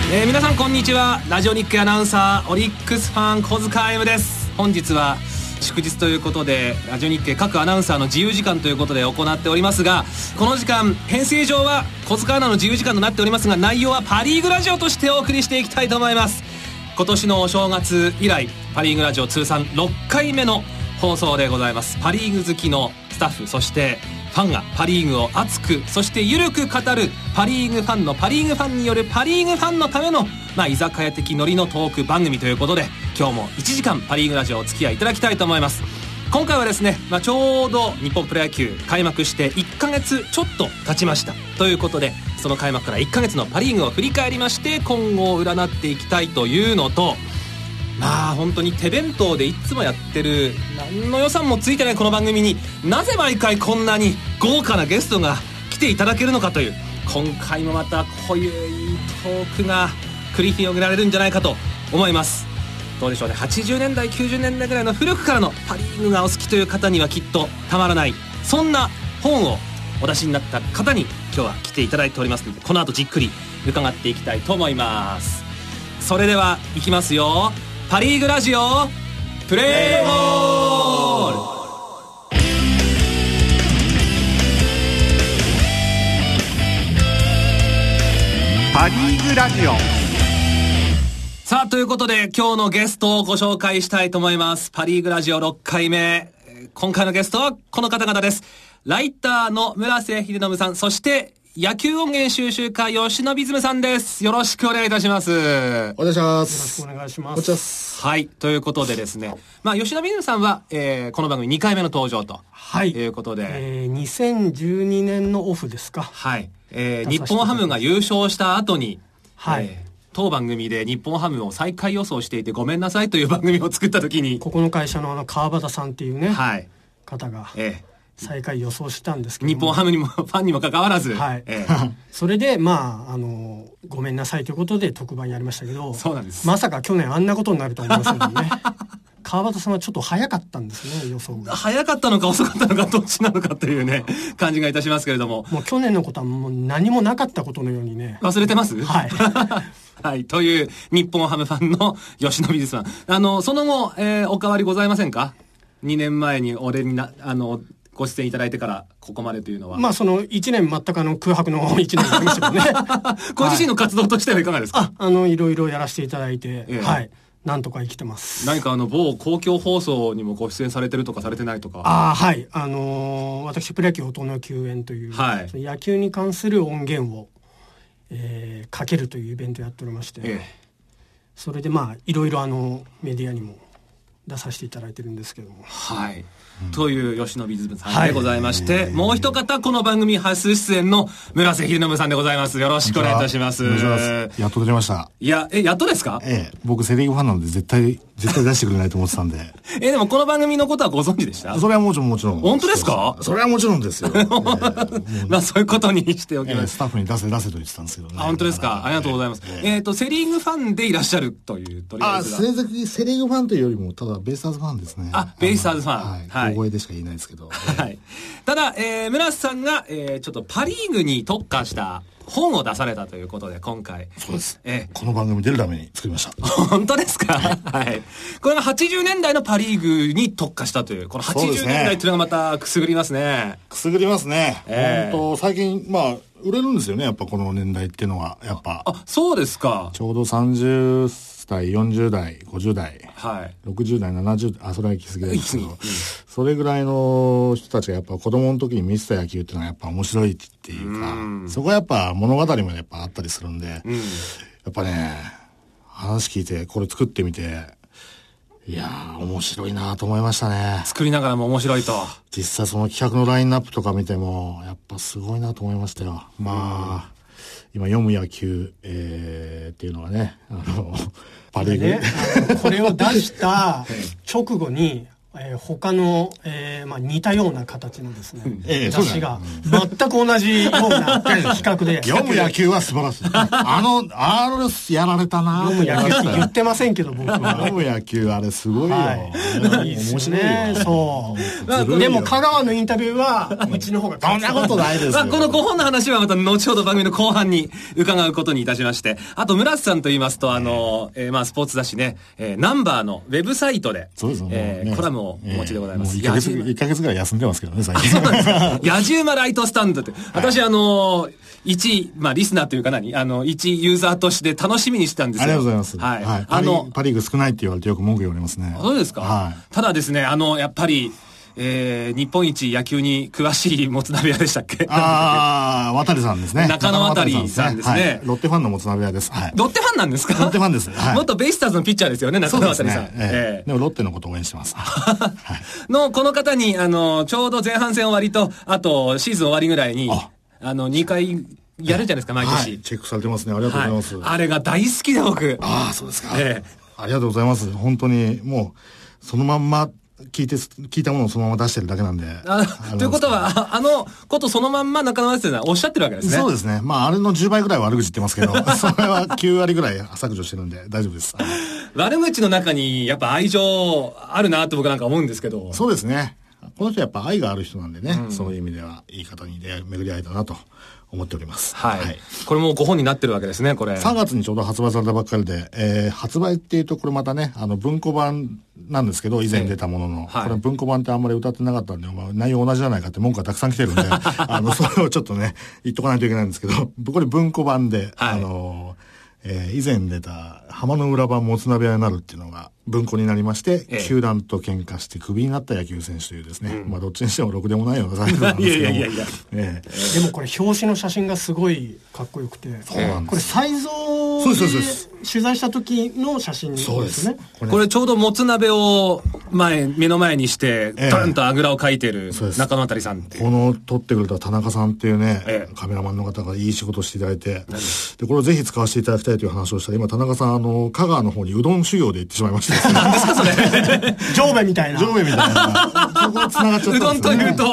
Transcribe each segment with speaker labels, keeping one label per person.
Speaker 1: 皆さんこんにちは。ラジオ日経アナウンサーオリックスファン小塚 M です。本日は祝日ということでラジオ日経各アナウンサーの自由時間ということで行っておりますが、この時間編成上は小塚アナの自由時間となっておりますが、内容はパリーグラジオとしてお送りしていきたいと思います。今年のお正月以来パリーグラジオ通算6回目の放送でございます。パリーグ好きのスタッフ、そしてファンがパリーグを熱くそしてゆるく語るパリーグファンのパリーグファンによるパリーグファンのための、居酒屋的ノリのトーク番組ということで、今日も1時間パリーグラジオお付き合いいただきたいと思います。今回はですね、ちょうど日本プロ野球開幕して1ヶ月ちょっと経ちましたということで、その開幕から1ヶ月のパリーグを振り返りまして今後を占っていきたいというのと、本当に手弁当でいつもやってる何の予算もついてないこの番組になぜ毎回こんなに豪華なゲストが来ていただけるのかという、今回もまた濃ゆいトークが繰り広げられるんじゃないかと思います。どうでしょうね、80年代90年代ぐらいの古くからのパリーグがお好きという方にはきっとたまらない、そんな本をお出しになった方に今日は来ていただいておりますので、この後じっくり伺っていきたいと思います。それではいきますよ。パリーグラジオプレーボール。
Speaker 2: パリーグラジオ。
Speaker 1: さあ、ということで今日のゲストをご紹介したいと思います。パリーグラジオ6回目、今回のゲストはこの方々です。ライターの村瀬秀信さん、そして野球音源収集家吉野ビズムさんです。よろしくお願いいたします。
Speaker 3: お願いします。
Speaker 4: よろしくお願いします。
Speaker 1: はい、ということでですね、吉野ビズムさんは、この番組2回目の登場ということで、
Speaker 4: 2012年のオフですか。
Speaker 1: はい、日本ハムが優勝した後に、当番組で日本ハムを最下位予想していてごめんなさいという番組を作った時に、
Speaker 4: ここの会社の川端さんっていうね、方が最下位予想したんですけど、
Speaker 1: 日本ハムにもファンにもかかわらず、
Speaker 4: それでごめんなさいということで特番やりましたけど、
Speaker 1: そうなんです。
Speaker 4: まさか去年あんなことになると思いませんよね。川端さんはちょっと早かったんですね、予想が。
Speaker 1: 早かったのか遅かったのかどっちなのかというね感じがいたしますけれども、
Speaker 4: もう去年のことはもう何もなかったことのようにね
Speaker 1: 忘れてます。
Speaker 4: はい
Speaker 1: はい、という日本ハムファンの吉野美術さん、その後、お変わりございませんか。2年前にご出演いただいてからここまでというのは、
Speaker 4: その1年全く空白の1年になりましたけどね。
Speaker 1: ご自身の活動としてはいかがですか。
Speaker 4: いろいろやらせていただいて、なんとか生きてます。
Speaker 1: 何か某公共放送にもご出演されてるとかされてないとか。
Speaker 4: はい、私プロ野球音の救援という、野球に関する音源をかけるというイベントをやっておりまして、それでいろいろメディアにも出させていただいてるんですけども、という吉野ビズムさんでございまして、もう一方この番組初出演の村瀬秀信さんでございます。よろしくお願いいたします。
Speaker 3: やっと出ました。
Speaker 1: いや、やっとですか。
Speaker 3: 僕セリーグファンなので絶対出してくれないと思ってたんで。
Speaker 1: でもこの番組のことはご存知でした。
Speaker 3: それはもちろん。
Speaker 1: 本当ですか。
Speaker 3: それはもちろんですよ。
Speaker 1: そういうことにしておきます。
Speaker 3: スタッフに出せと言ってたんですけどね。
Speaker 1: 本当ですか。ありがとうございます。セリーグファンでいらっしゃるというとりあえず
Speaker 3: セリーグファンというよりもただベイスターズファンですね。
Speaker 1: ベイスターズファン。
Speaker 3: 大声でしか言えないですけど。
Speaker 1: ただ、村瀬さんが、ちょっとパリーグに特化した本を出されたということで今回。
Speaker 3: そうです。この番組出るために作りました。
Speaker 1: 本当ですか。これが80年代のパリーグに特化したという、この80年代っていうのがまたくすぐりますね。
Speaker 3: くすぐりますね。本当最近売れるんですよね、やっぱこの年代っていうのは。やっぱ
Speaker 1: そうですか。
Speaker 3: ちょうど30代40代50代、60代70代、それは行き過ぎですけど、それぐらいの人たちがやっぱ子供の時に見てた野球っていうのはやっぱ面白いっていうか、そこはやっぱ物語もやっぱあったりするんで、やっぱね話聞いてこれ作ってみて、いやー面白いなと思いましたね。
Speaker 1: 作りながらも面白いと。
Speaker 3: 実際その企画のラインナップとか見てもやっぱすごいなと思いましたよ。今読む野球、っていうのはね、パリーグ、
Speaker 4: これを出した直後に他の、似たような形のですね、雑誌が全く同じような企画で
Speaker 3: 読む野球は素晴らしい。RS やられたな。
Speaker 4: 読む野球って言ってませんけど僕は
Speaker 3: 読む野球あれすごいよ、
Speaker 4: いいですね。そうでも香川のインタビューはうちの方が
Speaker 3: そんなことないですよ。
Speaker 1: この5本の話はまた後ほど番組の後半に伺うことにいたしまして、あと村瀬さんと言いますとスポーツ雑誌ね、ナンバーのウェブサイトでコラムをお持ちでございます。
Speaker 3: 1ヶ月ぐらい休んでますけどね、最近。
Speaker 1: そうなんですか。野じ馬ライトスタンドって。私一リスナーというか一ユーザーとして楽しみにしてたんですよ。
Speaker 3: ありがとうございます。
Speaker 1: はい。
Speaker 3: パリーグ少ないって言われてよく文句言われますね。
Speaker 1: そうですか。
Speaker 3: はい。
Speaker 1: ただですね、やっぱり、日本一野球に詳しいもつ鍋屋でしたっけ？
Speaker 3: 渡さんですね。
Speaker 1: 中野渡さんですね。
Speaker 3: ロッテファンのもつ鍋屋です。
Speaker 1: ロッテファンなんですか？
Speaker 3: ロッテファンです。
Speaker 1: 元ベイスターズのピッチャーですよね、中野渡さん。
Speaker 3: でもロッテのことを応援してます。
Speaker 1: この方に、ちょうど前半戦終わりと、あとシーズン終わりぐらいに、2回、やるじゃないですか、毎年。
Speaker 3: チェックされてますね。ありがとうございます。
Speaker 1: あれが大好きで僕。
Speaker 3: そうですか。ありがとうございます。本当に、もう、そのまんま、聞いたものをそのまま出してるだけなんで。
Speaker 1: ということは、ことそのまんま中野先生はおっしゃってるわけですね。
Speaker 3: そうですね。あれの10倍ぐらい悪口言ってますけど、それは9割ぐらい削除してるんで大丈夫です。
Speaker 1: 悪口の中にやっぱ愛情あるなって僕なんか思うんですけど。
Speaker 3: そうですね。この人やっぱ愛がある人なんでね、そういう意味ではいい方に巡り合えたなと思っております。
Speaker 1: はい。これも5本になってるわけですね、これ。
Speaker 3: 3月にちょうど発売されたばっかりで、発売っていうとこれまたね、文庫版なんですけど、以前出たものの、これ文庫版ってあんまり歌ってなかったんで、内容同じじゃないかって文句がたくさん来てるんで、それをちょっとね、言っとかないといけないんですけど、これ文庫版で、以前出た浜の浦版もつ鍋屋になるっていうのが文庫になりまして、球団と喧嘩してクビになった野球選手というですね、どっちにしてもろくでもないようなタイトルなんですけども。
Speaker 4: でもこれ表紙の写真がすごいかっこよくて、これサイゾーで取材した時の写真ですね。
Speaker 1: これちょうどもつ鍋を目の前にしてドンとあぐらをかいてる中野渡さんっていう、
Speaker 3: この撮ってくれた田中さんっていうね、カメラマンの方がいい仕事していただいて、でこれをぜひ使わせていただきたいという話をしたら、今田中さん香川の方にうどん修行で行ってしまいました。
Speaker 1: 何ですかそれ。
Speaker 4: 上下みたいな。
Speaker 3: そこが繋がっちゃったんですね。
Speaker 1: うどんというと。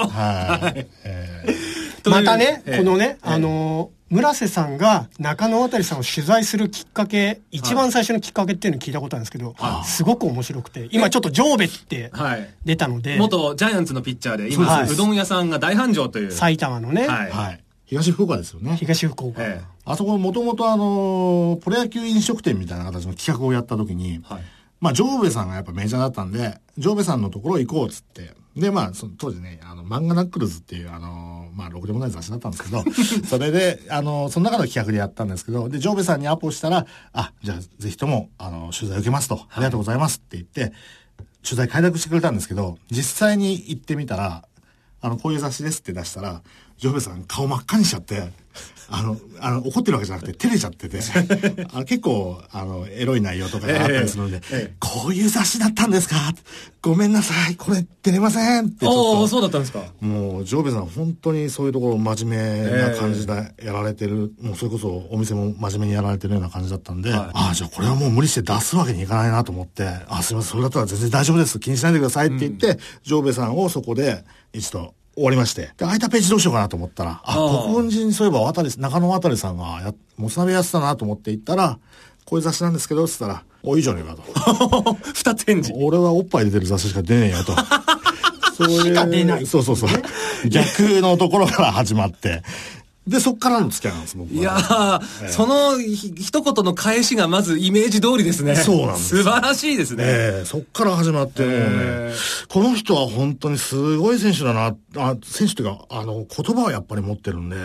Speaker 4: またね、このね、村瀬さんが中野渡さんを取材するきっかけ、一番最初のきっかけっていうのを聞いたことあるんですけど、すごく面白くて、今ちょっと上下って出たので。
Speaker 1: 元ジャイアンツのピッチャーで、今、うどん屋さんが大繁盛という。
Speaker 4: 埼玉のね。
Speaker 3: 東福岡ですよね。
Speaker 4: 東福岡。
Speaker 3: あそこもともとプロ野球飲食店みたいな形の企画をやった時に、上部さんがやっぱメジャーだったんで、上部さんのところ行こうっつって。で、当時ね、漫画ナックルズっていう、ろくでもない雑誌だったんですけど、それで、その中の企画でやったんですけど、で、上部さんにアポしたら、じゃあ、ぜひとも、取材受けますと、ありがとうございますって言って、取材快諾してくれたんですけど、実際に行ってみたら、こういう雑誌ですって出したら、上部さん顔真っ赤にしちゃって、怒ってるわけじゃなくて照れちゃってて、結構、エロい内容とかがあったりするので、こういう雑誌だったんですか？ごめんなさい、これ出れませんってちょっと。
Speaker 1: そうだったんですか？
Speaker 3: もう、ジョーベさん本当にそういうところ真面目な感じでやられてる、もうそれこそお店も真面目にやられてるような感じだったんで、じゃあこれはもう無理して出すわけにいかないなと思って、すいません、それだったら全然大丈夫です。気にしないでくださいって言って、ジョーベさんをそこで一度、終わりまして。で、空いたページどうしようかなと思ったら、国分寺にそういえば中野渡さんがもつ鍋やってたなと思って行ったら、こういう雑誌なんですけど、つったら、いいじゃねえかと。
Speaker 1: 二つ返事。
Speaker 3: 俺はおっぱい出てる雑誌しか出ねえよと。
Speaker 4: そういう。しか出ない。
Speaker 3: そう。逆のところから始まって。で、そっからの付き合いなんです、僕は。
Speaker 1: いやー、その一言の返しがまずイメージ通りですね。
Speaker 3: そうなんです。
Speaker 1: 素晴らしいですね。
Speaker 3: そっから始まって、もうね、この人は本当にすごい選手だな、選手というか、言葉をやっぱり持ってるんで、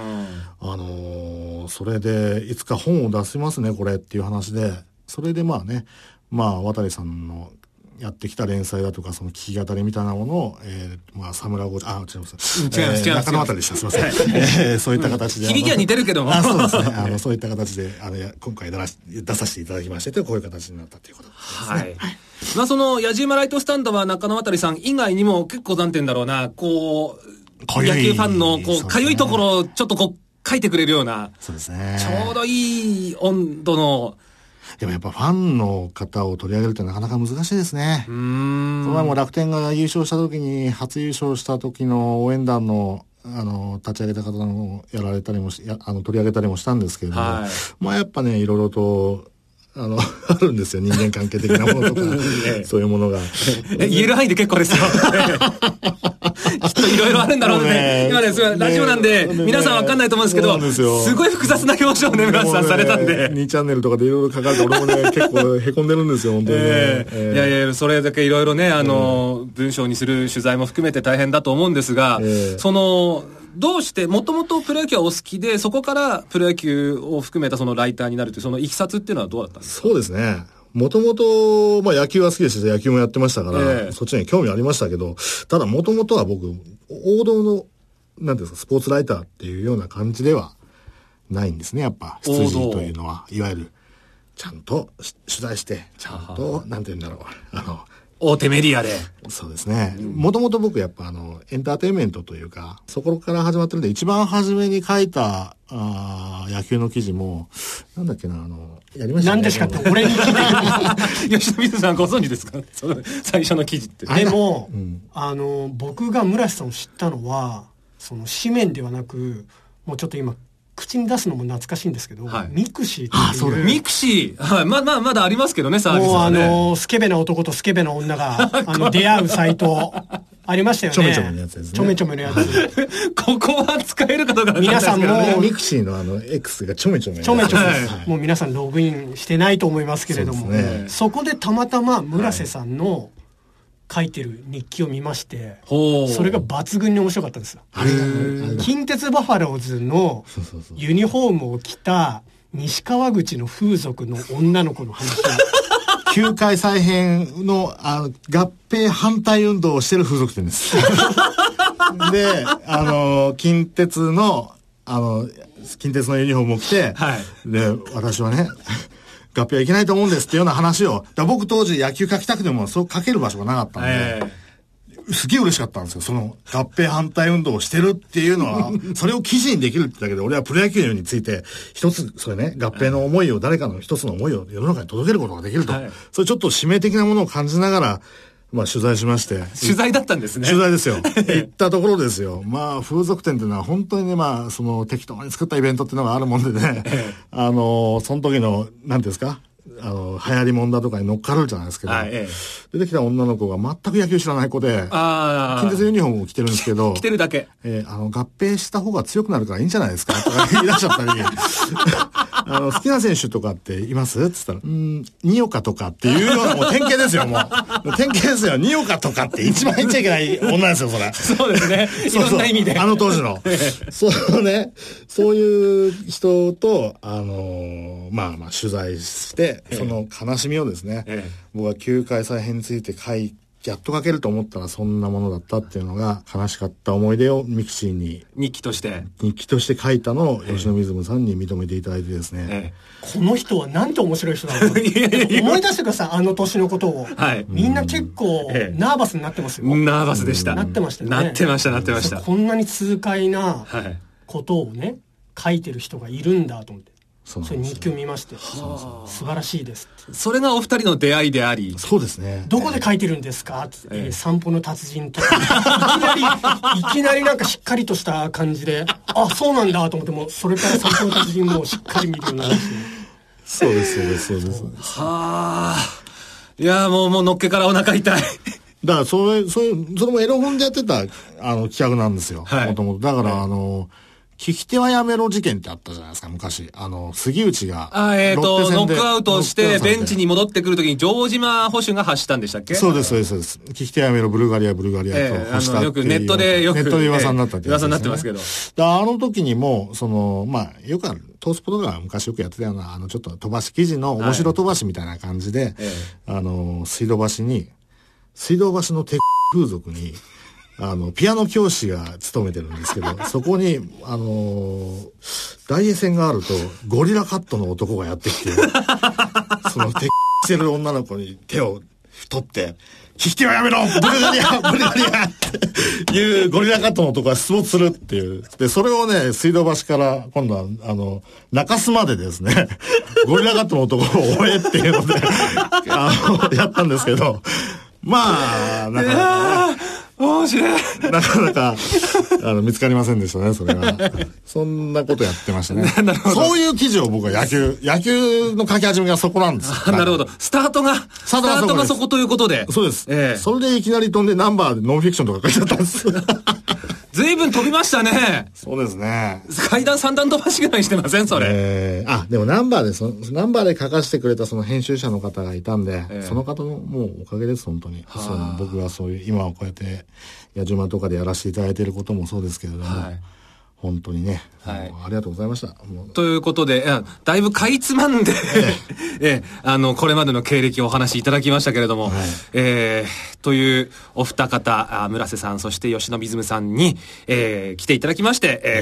Speaker 3: それで、いつか本を出しますね、これっていう話で、それで渡さんの、やってきた連載だとか、その聞き語りみたいなものを、サムラゴ違います。中野渡でした。すいません。そういった形で。
Speaker 1: 響きは似てるけども。
Speaker 3: そうですね。そういった形で、今回出させていただきまして、こういう形になったということですね。
Speaker 1: はい。その、矢島ライトスタンドは中野渡さん以外にも結構なんて言うんだろうな、野球ファンの、かゆいところをちょっと書いてくれるような。
Speaker 3: そうですね。
Speaker 1: ちょうどいい温度の、
Speaker 3: でもやっぱファンの方を取り上げるってなかなか難しいですね。この前も楽天が優勝した時に、初優勝した時の応援団の立ち上げた方のやられたりも取り上げたりもしたんですけれども、まあやっぱね、いろいろとあるんですよ、人間関係的なものとかそういうものが
Speaker 1: 言える範囲で結構ですよきっといろいろあるんだろうね。今ね、ラジオなんで皆さんわかんないと思うんですけど、すごい複雑な表情をね、村瀬さんされたんで、
Speaker 3: 2チャンネルとかでいろいろ書かれて、俺もね結構へこんでるんですよ本当にね。
Speaker 1: いやいや、それだけいろいろね、文章にする取材も含めて大変だと思うんですが、どうしてもともとプロ野球はお好きで、そこからプロ野球を含めたそのライターになるというそのいきさつっていうのはどうだったんですか？
Speaker 3: そうですね、もともと野球は好きでしたし、野球もやってましたから、そっちに興味ありましたけど、ただもともとは僕王道のなんていうんですか、スポーツライターっていうような感じではないんですね。やっぱ出陣というのはいわゆるちゃんと取材してちゃんとなんていうんだろう、
Speaker 1: 大手メディアで。
Speaker 3: そうですね。もともと僕やっぱエンターテインメントというか、そこから始まってるんで、一番初めに書いた野球の記事も、なんだっけな、やりましたね。
Speaker 4: 何ですかって俺に聞いて
Speaker 1: 吉野水さんご存知ですか？その最初の記事って。
Speaker 4: でも、僕が村瀬さんを知ったのは、その紙面ではなく、もうちょっと今、口に出すのも懐かしいんですけど、ミクシーっていう。
Speaker 1: ミクシー、はい、まだありますけどね、サービスはね。
Speaker 4: もうスケベな男とスケベな女が出会うサイトありましたよね。
Speaker 3: ちょめちょめのやつですね。
Speaker 4: ちょめちょめのやつ。
Speaker 1: ここは使えるかどうか
Speaker 4: 皆さんも
Speaker 3: ミクシーのX がちょめちょめ。
Speaker 4: ちょめちょめです。もう皆さんログインしてないと思いますけれども、そこでたまたま村瀬さんの書いてる日記を見まして、それが抜群に面白かったです。近鉄バファローズのユニフォームを着た西川口の風俗の女の子の話
Speaker 3: 球界再編の合併反対運動をしてる風俗店ですで近鉄のユニフォームを着て、で私はね合併はいけないと思うんですっていうような話を、僕当時野球書きたくてもそう書ける場所がなかったんで、すげえ嬉しかったんですよ。その合併反対運動をしてるっていうのは、それを記事にできるってだけで、俺はプロ野球について一つ、それね、合併の思いを、誰かの一つの思いを世の中に届けることができると、それちょっと使命的なものを感じながら、取材しまして。
Speaker 1: 取材だったんですね。
Speaker 3: 取材ですよ。行ったところですよ。風俗店っていうのは本当にね、その適当に作ったイベントっていうのがあるもんでね、その時の、なんていうんですか、流行りもんだとかに乗っかるじゃないですけど、出てきた女の子が全く野球知らない子で、近鉄ユニフォームを着てるんですけど、
Speaker 1: 着てるだけ。
Speaker 3: 合併した方が強くなるからいいんじゃないですかとか言い出しちゃったり、好きな選手とかっていますって言ったら、ニオカとかっていうような、もう典型ですよ、もう。典型ですよ。ニオカとかって一番言っちゃいけない女ですよ、それ。
Speaker 1: そうですね。いろんな意味で。
Speaker 3: 当時の。そういう人と、取材して、その悲しみをですね、僕は球界再編についてやっと書けると思ったらそんなものだったっていうのが悲しかった思い出をミクシーに
Speaker 1: 日記として
Speaker 3: 書いたのを吉野水さんに認めていただいてですね、
Speaker 4: この人はなんて面白い人なのか思い出してください、あの年のことを、みんな結構ナーバスになってますよ。
Speaker 1: ナーバスでした。
Speaker 4: なってましたよね。
Speaker 1: なってました。
Speaker 4: こんなに痛快なことをね書いてる人がいるんだと思って、それ日記を見まして、素晴らしいですって。
Speaker 1: それがお二人の出会いであり。
Speaker 3: そうですね。
Speaker 4: どこで書いてるんですかって、散歩の達人とかいきなりなんかしっかりとした感じで、そうなんだと思って、もそれから散歩の達人もしっかり見るようになりまして、
Speaker 3: そうです。
Speaker 1: いやもうのっけからお腹痛い。
Speaker 3: だからそれもエロ本でやってた企画なんですよ。もともと。だから聞き手はやめろ事件ってあったじゃないですか、昔。杉内が。
Speaker 1: ノックアウトして、ベンチに戻ってくるときに、城島捕手が発したんでしたっけ？
Speaker 3: そうです。聞き手はやめろ、ブルガリアと発したっていう。
Speaker 1: よくネットで
Speaker 3: 噂になったっていう、
Speaker 1: 噂になってますけど。
Speaker 3: 時にも、よくある、トースポとか昔よくやってたような、ちょっと飛ばし記事の面白飛ばしみたいな感じで、水道橋の鉄風俗に、ピアノ教師が勤めてるんですけど、そこに、大江線があると、ゴリラカットの男がやってきて、その、してる女の子に手を取って、引き手はやめろブルガリアっていうゴリラカットの男が出没するっていう。で、それをね、水道橋から、今度は、中洲までですね、 ゴリラガットの男を追えっていうのでやったんですけど、まあなかなかね、
Speaker 1: 面白い。
Speaker 3: なかなか見つかりませんでしたね、それは。そんなことやってましたね。そういう記事を僕は野球の書き始めがそこなんですよ。
Speaker 1: なるほど。スタートがそこということで。
Speaker 3: そうです。それでいきなり飛んでナンバーでノンフィクションとか書いちゃったんです。
Speaker 1: ずいぶん飛びましたね。
Speaker 3: そうですね。
Speaker 1: 階段3段飛ばしぐらいしてませんそれ。
Speaker 3: でもナンバーで書かせてくれたその編集者の方がいたんで、その方のもうおかげです、本当に。僕がそういう、今はこうやって野島とかでやらせていただいていることもそうですけれども、本当にね、ありがとうございました。
Speaker 1: ということで、だいぶかいつまんで、これまでの経歴をお話しいただきましたけれども、というお二方、村瀬さん、そして吉野水さんに、来ていただきまして、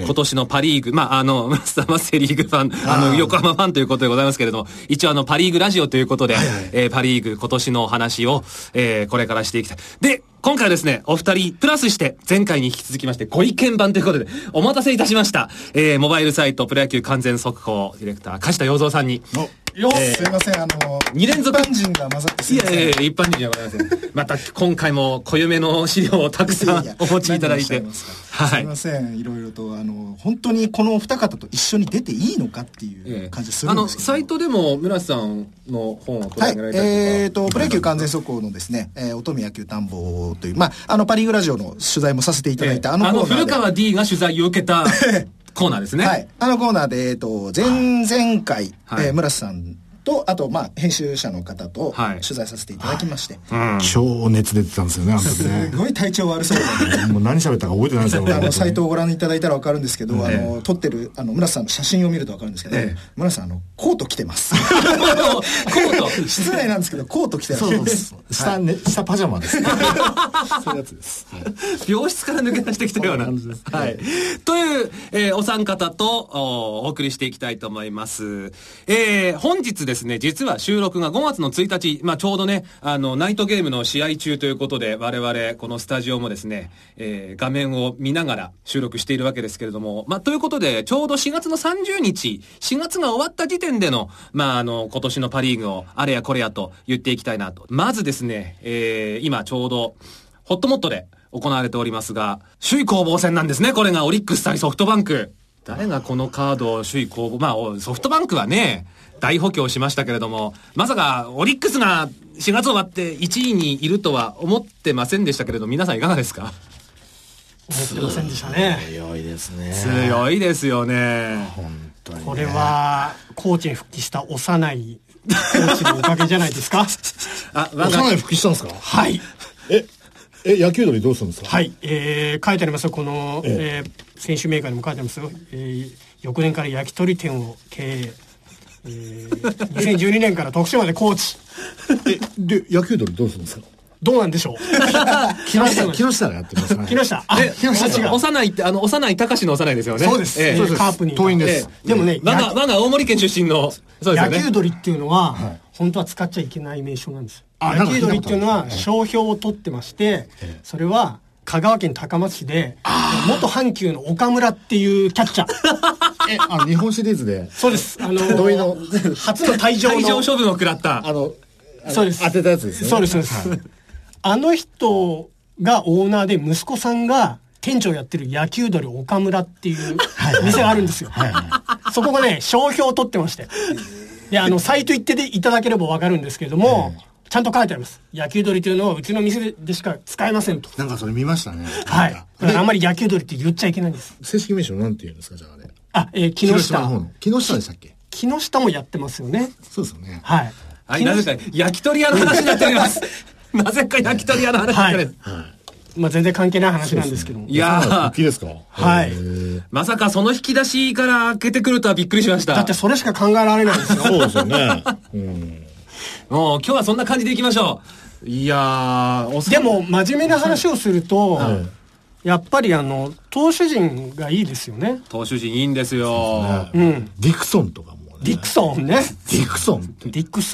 Speaker 1: 今年のパリーグ、村瀬さんはセリーグファン、横浜ファンということでございますけれども、一応パリーグラジオということで、パリーグ今年のお話を、これからしていきたい。で、今回はですね、お二人、プラスして、前回に引き続きまして、ご意見番ということで、お待たせいたしました。モバイルサイト、プロ野球完全速報、ディレクター、梶田洋三さんに。
Speaker 5: すいません、
Speaker 1: 2連続。
Speaker 5: 一般人が混ざってすいません。
Speaker 1: 一般人じゃございません。また、今回も、濃ゆめの資料をたくさんお持ちいただいて。
Speaker 5: すいません、いろいろと、本当にこのお二方と一緒に出ていいのかっていう感じするんですけど。
Speaker 1: サイトでも、村瀬さんの本を取り上げられたりとか。
Speaker 5: プロ野球完全速報のですね、乙女野球探訪という、パリーグラジオの取材もさせていただいた、
Speaker 1: 古川 D が取材を受けたコーナーですね。
Speaker 5: はい。コーナーで、前々回、村瀬さんと、あと、編集者の方と取材させていただきまして。
Speaker 3: 超熱出てたんですよね、あの時ね。
Speaker 5: すごい体調悪そうで。
Speaker 3: もう何喋ったか覚えてないですよ。
Speaker 5: サイトをご覧いただいたら分かるんですけど、撮ってる、村瀬さんの写真を見ると分かるんですけど、村瀬さん、コート着てます。コ
Speaker 1: ート
Speaker 5: 失礼なんですけど、コート着てます。
Speaker 3: そうです。下パジャマです。そういうやつです。
Speaker 1: 病室から抜け出してきたような感じです。はい。という、お三方とお送りしていきたいと思います。本日ですね、実は収録が5月の1日、ちょうどね、ナイトゲームの試合中ということで、我々、このスタジオもですね、画面を見ながら収録しているわけですけれども、ということで、ちょうど4月の30日、4月が終わった時点での、今年のパリーグをあれやこれやと言っていきたいなと。まずですね、今ちょうど、ホットモットで行われておりますが、首位攻防戦なんですね、これがオリックス対ソフトバンク。誰がこのカードを首位攻防、ソフトバンクはね、大補強しましたけれども、まさかオリックスが4月終わって1位にいるとは思ってませんでしたけれど、皆さんいかがですか？
Speaker 4: 思ってませんでしたね。
Speaker 3: 強いですね。
Speaker 1: 強いですよね。
Speaker 3: 本当にね。
Speaker 4: これはコーチに復帰した幼いコーチのおかげじゃないですか？
Speaker 3: 幼い復帰したんですか？
Speaker 4: はい。
Speaker 3: 野球鳥どうするんですか？
Speaker 4: はい。書いてありますよ。この、選手メーカーにも書いてありますよ。翌年から焼き鳥店を経営。2012年から徳島でコーチ。
Speaker 3: で、野球鳥どうするんですか？
Speaker 4: どうなんでしょう。
Speaker 3: 木下がやってますね。
Speaker 4: 木下。
Speaker 1: 幼いって、幼い高志の幼いですよね。
Speaker 4: そうです。カープに。
Speaker 3: 党員です。
Speaker 4: でもね、
Speaker 1: 我が青森県出身の、
Speaker 4: そうですよね。野球鳥っていうのは、本当は使っちゃいけない名称なんです。野球鳥っていうのは商標を取ってまして、それは香川県高松市で元阪急の岡村っていうキャッチャー。
Speaker 3: 日本シリーズで。
Speaker 4: そうです。初の退場
Speaker 1: 処分を食らった。
Speaker 4: そうです。
Speaker 3: 当てたやつですね。
Speaker 4: そうです、そうです。あの人がオーナーで、息子さんが店長やってる野球鳥岡村っていう店があるんですよ。そこがね、商標を取ってまして。で、サイト行っていただければわかるんですけれども、ちゃんと書いてあります。野球鳥というのはうちの店でしか使えませんと。
Speaker 3: なんかそれ見ましたね。
Speaker 4: はい。だからあんまり野球鳥って言っちゃいけないんです。
Speaker 3: 正式名称なんて言うんですか、じゃ
Speaker 4: あれ。木下。
Speaker 3: 木下でしたっけ？
Speaker 4: 木下もやってますよね。
Speaker 3: そうですよね。
Speaker 4: はい。
Speaker 1: はい、なぜか焼き鳥屋の話になっております。なぜか焼き鳥屋の話になっており
Speaker 4: ます。全然関係ない話なんですけども。
Speaker 3: いやー。復帰ですか？
Speaker 4: はい。
Speaker 1: まさかその引き出しから開けてくるとはびっくりしました。
Speaker 4: だってそれしか考えられないですよ。
Speaker 3: そうですよね。
Speaker 1: もう今日はそんな感じでいきましょう。いやー、
Speaker 4: でも真面目な話をすると、やっぱり投手陣がいいですよね。
Speaker 1: 投手陣いいんですよ。
Speaker 3: ディクソンとかもね。
Speaker 4: ディクソンね。
Speaker 3: ディクソン。
Speaker 4: ディクソン。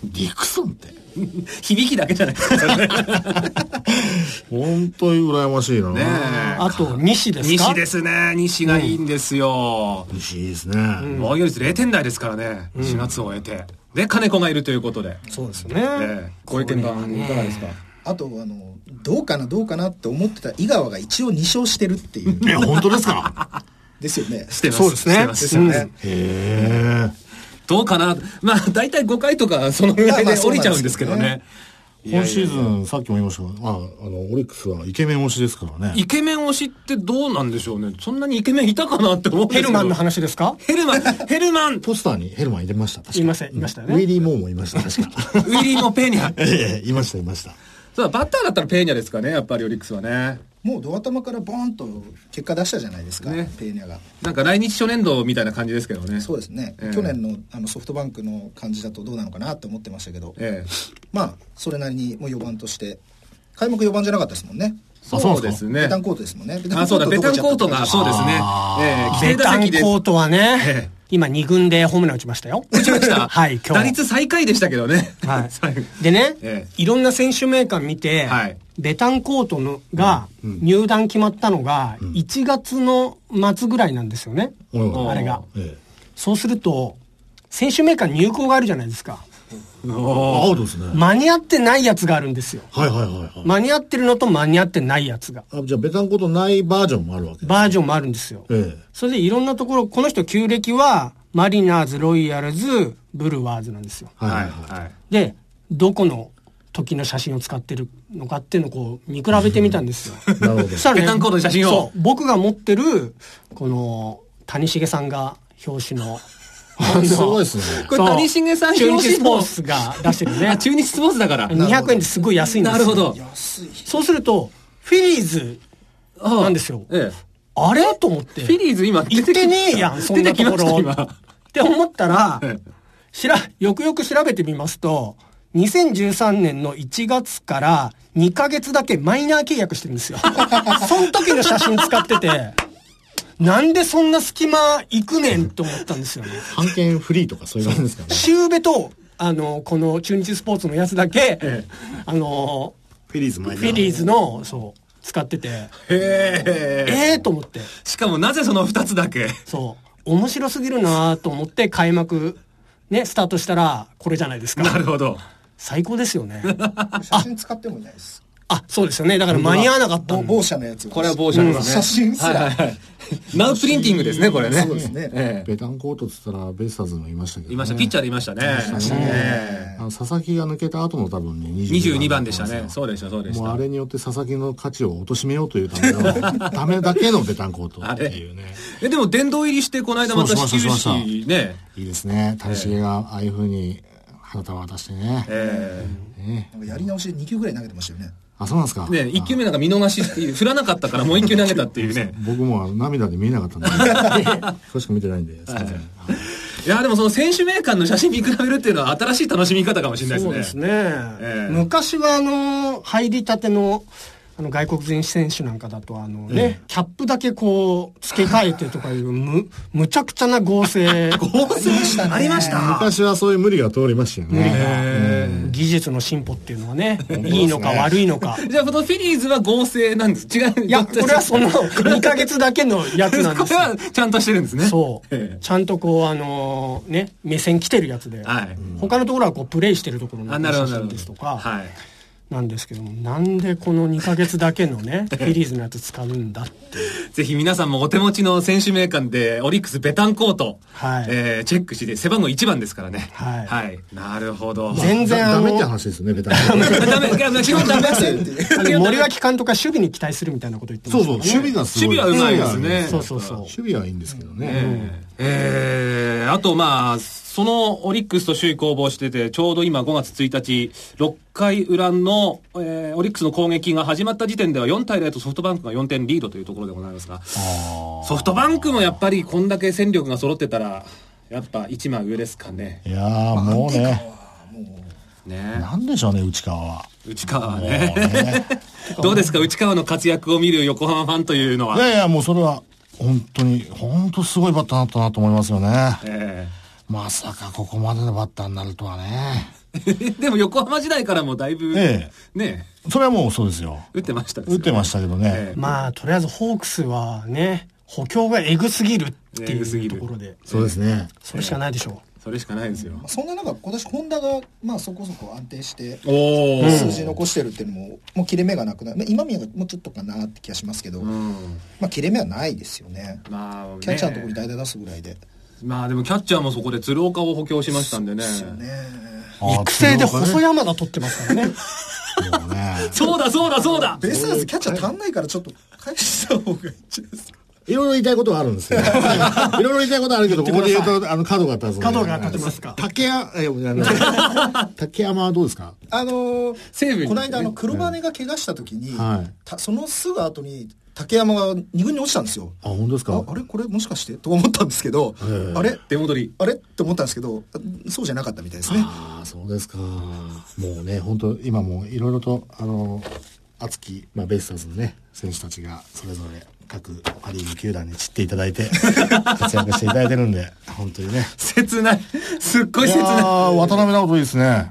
Speaker 3: ディクソンって
Speaker 1: 響きだけじゃないですか
Speaker 3: 本当に羨ましいな。
Speaker 1: ね。
Speaker 4: あと西ですか。
Speaker 1: 西ですね。西がいいんですよ。
Speaker 3: 西いいですね。
Speaker 1: 防御率0点台ですからね、4月を終えてで金子がいるということで。
Speaker 4: そうですね。
Speaker 1: ご意見番いかがですか。
Speaker 5: あとどうかなって思ってた井川が一応2勝してるっていう。
Speaker 3: 本当ですか。
Speaker 5: ですよね。
Speaker 1: してます。
Speaker 4: そうですね。
Speaker 5: ですよね。
Speaker 3: へー。
Speaker 1: どうかな。まあ大体5回とかそのぐらいで降りちゃうんですけどね。
Speaker 3: 今シーズンさっきも言いましたが、オリックスはイケメン推しですからね。
Speaker 1: イケメン推しってどうなんでしょうね。そんなにイケメンいたかなって思うんですけど。
Speaker 4: ヘルマンの話ですか。
Speaker 1: ヘルマン
Speaker 3: ポスターにヘルマン入れました。
Speaker 4: いましたね。
Speaker 3: ウィリー・モーもいました確か。
Speaker 1: ウィリーもペーニャ。
Speaker 3: いました。
Speaker 1: そうバッターだったらペーニャですかね、やっぱりオリックスはね。
Speaker 5: もうド頭からボーンと結果出したじゃないですか、ね、ペーニャが。
Speaker 1: なんか来日初年度みたいな感じですけどね。
Speaker 5: そうですね、去年のソフトバンクの感じだとどうなのかなって思ってましたけど、まあそれなりにもう4番として開幕4番じゃなかったですもんね。
Speaker 1: そうですね。
Speaker 5: ベタンコートですもんね。
Speaker 1: そうだ、ベタンコートがそうですね。
Speaker 4: ベタンコートはね、今2軍でホームラン打ちましたよ。
Speaker 1: 打ちました
Speaker 4: はい、今日。
Speaker 1: 打率最下位でしたけどね。
Speaker 4: はい。でね、いろんな選手名鑑見て、ベタンコートが入団決まったのが1月の末ぐらいなんですよね。あれが。そうすると、選手名鑑入稿があるじゃないですか。
Speaker 3: アウトですね。
Speaker 4: 間に合ってないやつがあるんですよ。間に合ってるのと間に合ってないやつが。
Speaker 3: じゃあベタンコートないバージョンもあるわけです、ね。
Speaker 4: バージョンもあるんですよ。それでいろんなところ、この人旧暦はマリナーズ、ロイヤルズ、ブルワーズなんですよ。で、どこの時の写真を使ってるのかっていうのをこう見比べてみたんですよ。
Speaker 3: なるほど。
Speaker 1: ベタンコートの写真を。
Speaker 4: そう。僕が持ってる、この、谷繁さんが表紙の、
Speaker 3: すごいですね。
Speaker 1: これ谷繁さん
Speaker 4: 中日スポーツが出してるね。
Speaker 1: 中日スポーツだから。
Speaker 4: 200円ですごい安いんですよ。
Speaker 1: なるほど。
Speaker 4: そうすると、フィリーズなんですよ。あれと思って。
Speaker 1: フィリーズ今
Speaker 4: 行ってねえやん、そんなところ。って思ったら、よくよく調べてみますと、2013年の1月から2ヶ月だけマイナー契約してるんですよ。その時の写真使ってて、なんでそんな隙間行くねんと思ったんですよね。
Speaker 3: 版権フリーとかそういうのですかね。
Speaker 4: シューベと、この中日スポーツのやつだけ、フ
Speaker 3: ィリ
Speaker 4: ーズの、そう、使ってて。と思って。
Speaker 1: しかもなぜその2つだけ。
Speaker 4: そう。面白すぎるなと思って開幕、ね、スタートしたら、これじゃないですか。
Speaker 1: なるほど。
Speaker 4: 最高ですよね。
Speaker 5: 写真使ってもいないです。
Speaker 4: そうですよね。だから間に合わなかった。
Speaker 5: 某社のやつ。
Speaker 1: これは某社ですね。
Speaker 5: 写真すら。
Speaker 1: ナウプリンティングですね、これね。
Speaker 5: そうですね。
Speaker 3: ベタンコートって言ったらベイスターズもいましたけど。
Speaker 1: いました、ピッチャーでいましたね。
Speaker 3: 佐々木が抜けた後の多分ね、
Speaker 1: 22番でしたね。そうでした。も
Speaker 3: うあれによって佐々木の価値を貶めようというためだけのベタンコートっていうね。
Speaker 1: でも殿堂入りしてこの間また始球式ね。
Speaker 3: いいですね。谷繁がああいう風に花束渡してね。
Speaker 5: やり直しで2球ぐらい投げてましたよね。
Speaker 3: そうなんですか。
Speaker 1: ね、1球目なんか見逃しっていう、振らなかったからもう1球投げたっていうね。
Speaker 3: 僕も涙で見えなかったんで、詳しく見てないんで、すいません。
Speaker 1: いや、でもその選手名鑑の写真見比べるっていうのは新しい楽しみ方かもしれないですね。
Speaker 4: そうですね。昔は入りたての、外国人選手なんかだとキャップだけこう付け替えてとかいうむちゃくちゃな合成
Speaker 5: したね。
Speaker 1: ありました。
Speaker 3: 昔はそういう無理が通りましたよね。
Speaker 4: 技術の進歩っていうのはね、いいのか悪いのか。
Speaker 1: じゃあこのフィリーズは合成なんです。違う。
Speaker 4: いや、これはその2ヶ月だけのやつなんですよ。
Speaker 1: これはちゃんとしてるんですね。
Speaker 4: そう。ちゃんとこう目線来てるやつで、他のところはこうプレイしてるところの写真ですとか。なんですけども、なんでこの2ヶ月だけのねフィリーズのやつ使うんだって
Speaker 1: ぜひ皆さんもお手持ちの選手名鑑でオリックスベタンコート、チェックして背番号1番ですからね。なるほど。
Speaker 4: 全然
Speaker 3: ダメって話ですよね、ベタンコート。
Speaker 1: ダメ、基本ダメです
Speaker 4: 森脇監督は守備に期待するみたいなこと言ってましたね。
Speaker 3: そう、守備がすごい。
Speaker 1: 守備はうまいですね。
Speaker 4: そう。
Speaker 3: 守備はいいんですけどね。
Speaker 1: あとそのオリックスと首位攻防してて、ちょうど今5月1日、6回裏の、オリックスの攻撃が始まった時点では4対0とソフトバンクが4点リードというところでございますが、ソフトバンクもやっぱりこんだけ戦力が揃ってたら、やっぱ1枚上ですかね。
Speaker 3: いやーもうね。なんでしょうね、内川は。
Speaker 1: 内川はね。どうですか、内川の活躍を見る横浜ファンというのは。
Speaker 3: いや、もうそれは、本当すごいバッターだったなと思いますよね。 まさかここまでのバッターになるとはね。
Speaker 1: でも横浜時代からもだいぶ、ね。
Speaker 3: それはもうそうですよ。
Speaker 1: 打ってました
Speaker 3: 打ってましたけどね。
Speaker 4: まあ、とりあえずホークスはね、補強がエグすぎるっていうところで。
Speaker 3: そうですね。
Speaker 4: それしかないでしょう。
Speaker 1: それしかないですよ。
Speaker 5: そんな中、今年ホンダが、まあそこそこ安定して、数字残してるっていうのも、もう切れ目がなくなる。今宮がもうちょっとかなって気がしますけど、まあ切れ目はないですよね。まあ、キャッチャーのところに代打出すぐらいで。
Speaker 1: まあでもキャッチャーもそこで鶴岡を補強しましたんでね。
Speaker 5: そうですよね。
Speaker 4: 育成で細山田取ってますからね。
Speaker 1: そうだ
Speaker 5: ベイスターズキャッチャー足んないからちょっと返した方がいいんじゃないですか。
Speaker 3: いろいろ言いたいことはあるんですよ。いろいろ言いたいことはあるけど、ここで言うと、角が立つ。
Speaker 4: 角が立てますか。
Speaker 3: 竹山はどうですか？
Speaker 5: 西武この間黒羽が怪我した時に、そのすぐ後に竹山が2軍に落ちたんですよ。
Speaker 3: あ、本当ですか？
Speaker 5: あれこれもしかしてと思ったんですけど、あれ
Speaker 1: 出戻り。
Speaker 5: あれって思ったんですけど、そうじゃなかったみたいですね。
Speaker 3: ああ、そうですか。もうね、本当今もいろいろと、熱き、ベイスターズのね、選手たちがそれぞれ各パ・リーグ球団に散っていただいて活躍していただいてるんで、本当にね。
Speaker 1: 切ない。すっごい切ない。
Speaker 3: 渡辺直人いいですね。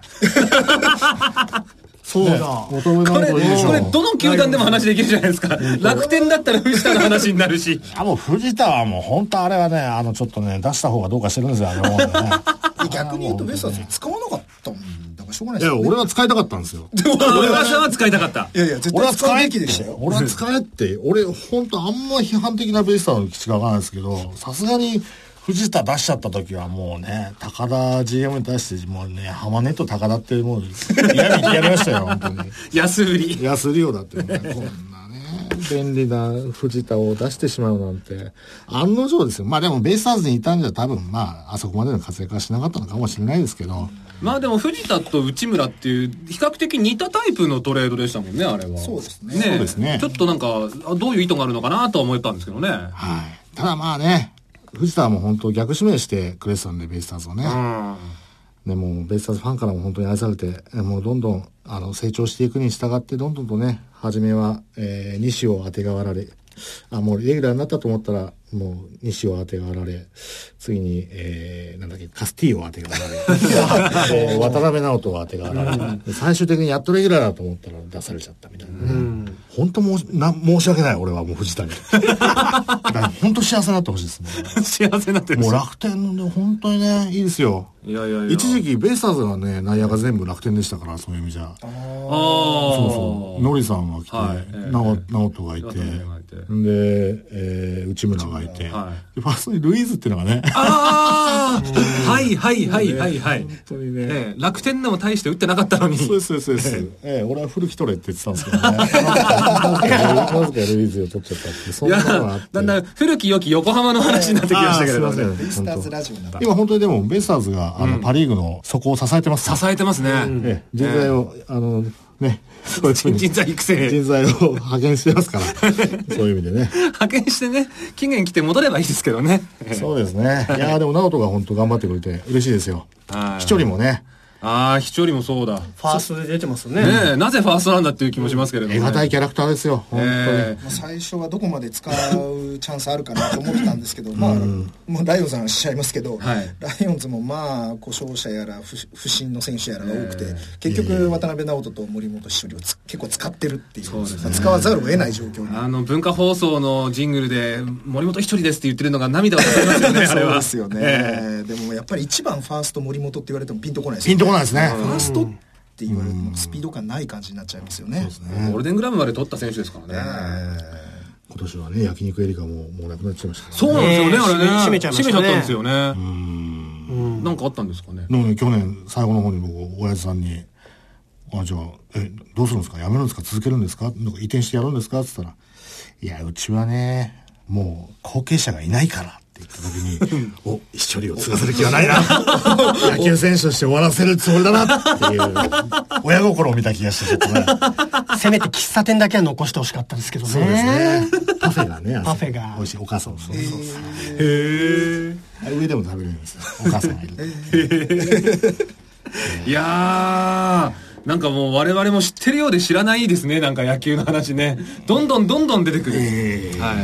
Speaker 4: そうだ。
Speaker 1: これどの球団でも話できるじゃないですか。楽天だったら藤田の話になるし。
Speaker 3: もう藤田はもう本当あれはね、ちょっとね、出した方がどうかしてるんですよ、
Speaker 5: 逆に言うとベイスターズ使わなかったんだからしょうがないですよね。
Speaker 3: いや、俺は使いたかったんですよ。
Speaker 1: 俺は使いたかった。
Speaker 5: いやいや、絶対使うべきでしたよ。
Speaker 3: 俺は使えって、俺本当あんま批判的なベイスターズの口がわからないですけど、さすがに藤田出しちゃった時はもうね、高田 GM に対してもうね、浜根と高田ってもう嫌にやりましたよ、本当に。
Speaker 1: 安売り。
Speaker 3: 安売りよだってね、こんなね、便利な藤田を出してしまうなんて、案の定ですよ。でもベイスターズにいたんじゃ多分あそこまでの活躍はしなかったのかもしれないですけど。
Speaker 1: でも藤田と内村っていう比較的似たタイプのトレードでしたもんね、あれは。
Speaker 5: そうですね。
Speaker 3: そうですね。
Speaker 1: ちょっとなんか、どういう意図があるのかなとは思ったんですけどね。はい。
Speaker 3: ただね、藤田はもう本当逆指名してくれてたんで、ベイスターズをね。でもベイスターズファンからも本当に愛されて、もうどんどん成長していくに従ってどんどんとね、初めは、西を当てがわられ、もうレギュラーになったと思ったらもう西を当てがわられ、次に、カスティーヨを当てがわられ渡辺直人を当てがわられ最終的にやっとレギュラーだと思ったら出されちゃったみたいなね。本当申し訳ない、俺はもう藤田に本当幸せになってほしいですね。
Speaker 1: 幸せになってる。
Speaker 3: もう楽天の本当にね、いいですよ。
Speaker 1: いや
Speaker 3: 一時期ベイスターズがね、内野が全部楽天でしたから、そういう意味じゃ。そうノリさんが来て、直人がいて、で、内村がいて、ファーストにルイーズっていうのがね。
Speaker 1: はい
Speaker 3: 本当にね、
Speaker 1: 楽天でも大して打ってなかったのに。
Speaker 3: そうです俺は古木取れって言ってたんですけどね。なぜかルイーズを取っちゃったって、そんなのがあって。
Speaker 1: だんだん古き良き横浜の話になってきましたけれどもね。
Speaker 5: ベイスターズラジオになって
Speaker 3: 今本当にでもベイスターズがパ・リーグの底を支えてます。
Speaker 1: 支えてますね。
Speaker 3: 人材を
Speaker 1: 人材育成。
Speaker 3: 人材を派遣してますから。そういう意味でね。
Speaker 1: 派遣してね、期限来て戻ればいいですけどね。
Speaker 3: そうですね。いやでも直人が本当頑張ってくれて嬉しいですよ。飛距離もね。
Speaker 1: 飛距離もそうだ。
Speaker 4: ファーストで出てますね。
Speaker 1: なぜファーストなんだっていう気もしますけれども。
Speaker 3: 得難いキャラクターですよ、本当
Speaker 5: に。最初はどこまで使うチャンスあるかなと思ってたんですけど、もうライオンズの話しちゃいますけど、ライオンズも故障者やら不振の選手やらが多くて、結局渡辺直人と森本稀哲を結構使ってるっていう、使わざるを得ない状況に。
Speaker 1: 文化放送のジングルで森本稀哲ですって言ってるのが涙を出せますよね。
Speaker 5: そうですよね。でもやっぱり一番ファースト森本って言われてもピンとこないです
Speaker 3: よね。ないですね。
Speaker 5: ファーストって言われるスピード感ない感じになっちゃいますよね。
Speaker 1: ゴールデングラブまで取った選手ですからね。
Speaker 3: 今年はね、焼肉エリカももうなくなっちゃいました
Speaker 1: からね。そうなんですよね、あれね。
Speaker 4: 閉めちゃいましたね。
Speaker 1: 閉めちゃったんですよね。なんかあったんですかね。
Speaker 3: 去年最後の方に僕親父さんにじゃあどうするんですか、やめるんですか、続けるんですか、なんか移転してやるんですかって言ったら、いやうちはねもう後継者がいないからって言った時にお一人を継がせる気はないな野球選手として終わらせるつもりだなっていう親心を見た気がしてちょっとね
Speaker 4: せめて喫茶店だけは残してほしかったですけどね。
Speaker 3: そうですね、パフェがね、
Speaker 4: パフェが
Speaker 3: 美味しい、お母さんもそうへ
Speaker 1: え
Speaker 3: 上でも食べれるんですよ、お母さんがいる
Speaker 1: いやーなんかもう我々も知ってるようで知らないですね。なんか野球の話ね、どんどん出てくる。はい。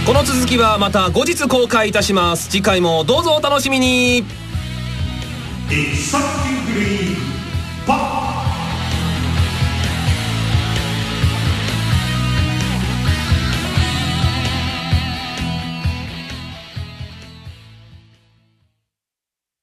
Speaker 1: この続きはまた後日公開いたします。次回もどうぞお楽しみに。 It's something green